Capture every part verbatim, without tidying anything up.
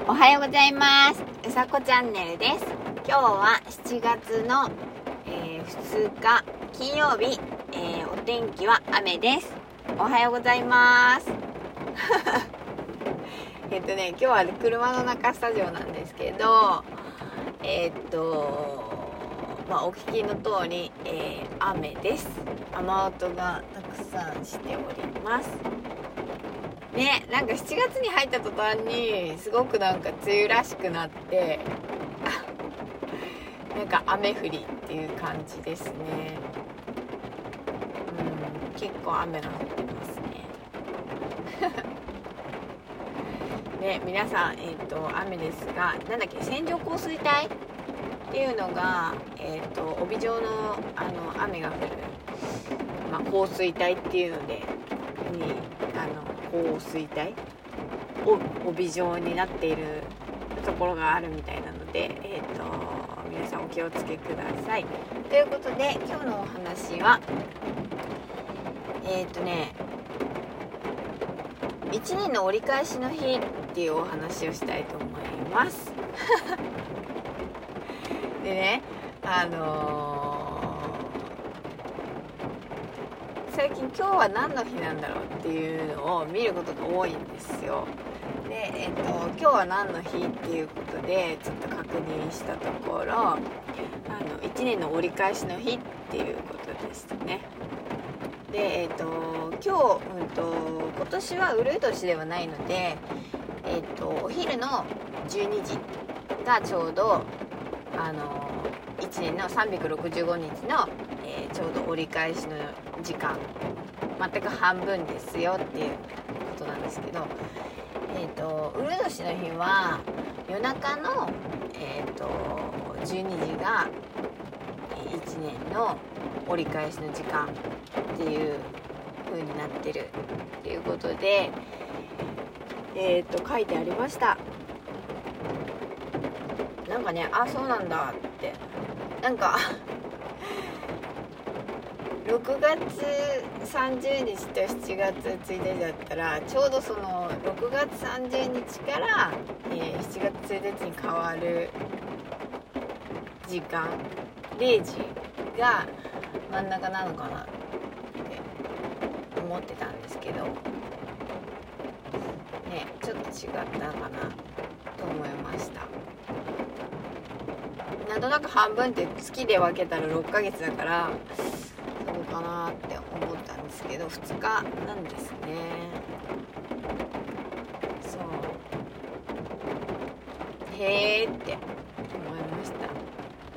おはようございます。うさこチャンネルです。今日はしちがつの、えー、ふつか金曜日、えー、お天気は雨です。おはようございます。えっとね今日は車の中スタジオなんですけど、えー、っとまあお聞きの通り、えー、雨です。雨音がたくさんしておりますね。なんかしちがつに入った途端にすごくなんか梅雨らしくなってなんか雨降りっていう感じですね。うん、結構雨が降ってますね。ね、皆さん、えーと、雨ですが、なんだっけ、線状降水帯っていうのが、えーと、帯状の、あの雨が降る、まあ、降水帯っていうのでにあの降水帯帯状になっているところがあるみたいなので、えーと、皆さんお気をつけください。ということで今日のお話はえっとねいちねんの折り返しの日っていうお話をしたいと思います。でね、あのー、最近今日は何の日なんだろうっていうのを見ることが多いんですよ。で、えっと、今日は何の日っていうことでちょっと確認したところ、あのいちねんの折り返しの日っていうことでしたね。で、えっと、今日、うんと、今年はうるう年ではないので、えっと、お昼のじゅうにじがちょうどあのいちねんのさんびゃくろくじゅうごにちの、えー、ちょうど折り返しの時間、全く半分ですよっていうことなんですけど、えっと、うるう年の日は夜中の、えっと、じゅうにじがいちねんの折り返しの時間っていう風になってるっていうことで、えっと書いてありました。なんかね、あ、そうなんだって、なんかろくがつさんじゅうにちとしちがつついたちだったらちょうどそのろくがつさんじゅうにちから、えー、しちがつついたちに変わる時間れいじが真ん中なのかなって思ってたんですけどね、ちょっと違ったのかなと思いました。なんとなく半分って月で分けたらろっかげつだからそうかなって思ったんですけど、ふつかなんですね。そう、へーって思いました。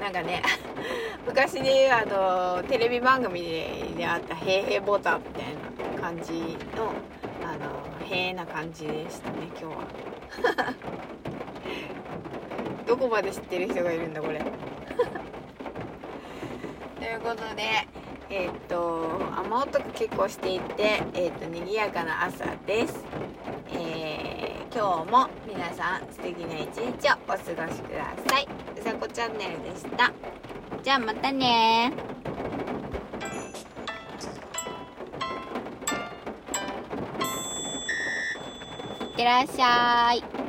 なんかね昔であのテレビ番組で、であったへーへーボタンみたいな感じのあのへーな感じでしたね今日は。どこまで知ってる人がいるんだこれ。ということで、えー、っと雨音が結構していて、えー、っと賑やかな朝です。えー、今日も皆さん素敵な一日をお過ごしください。うさこチャンネルでした。じゃあまたね。いってらっしゃい。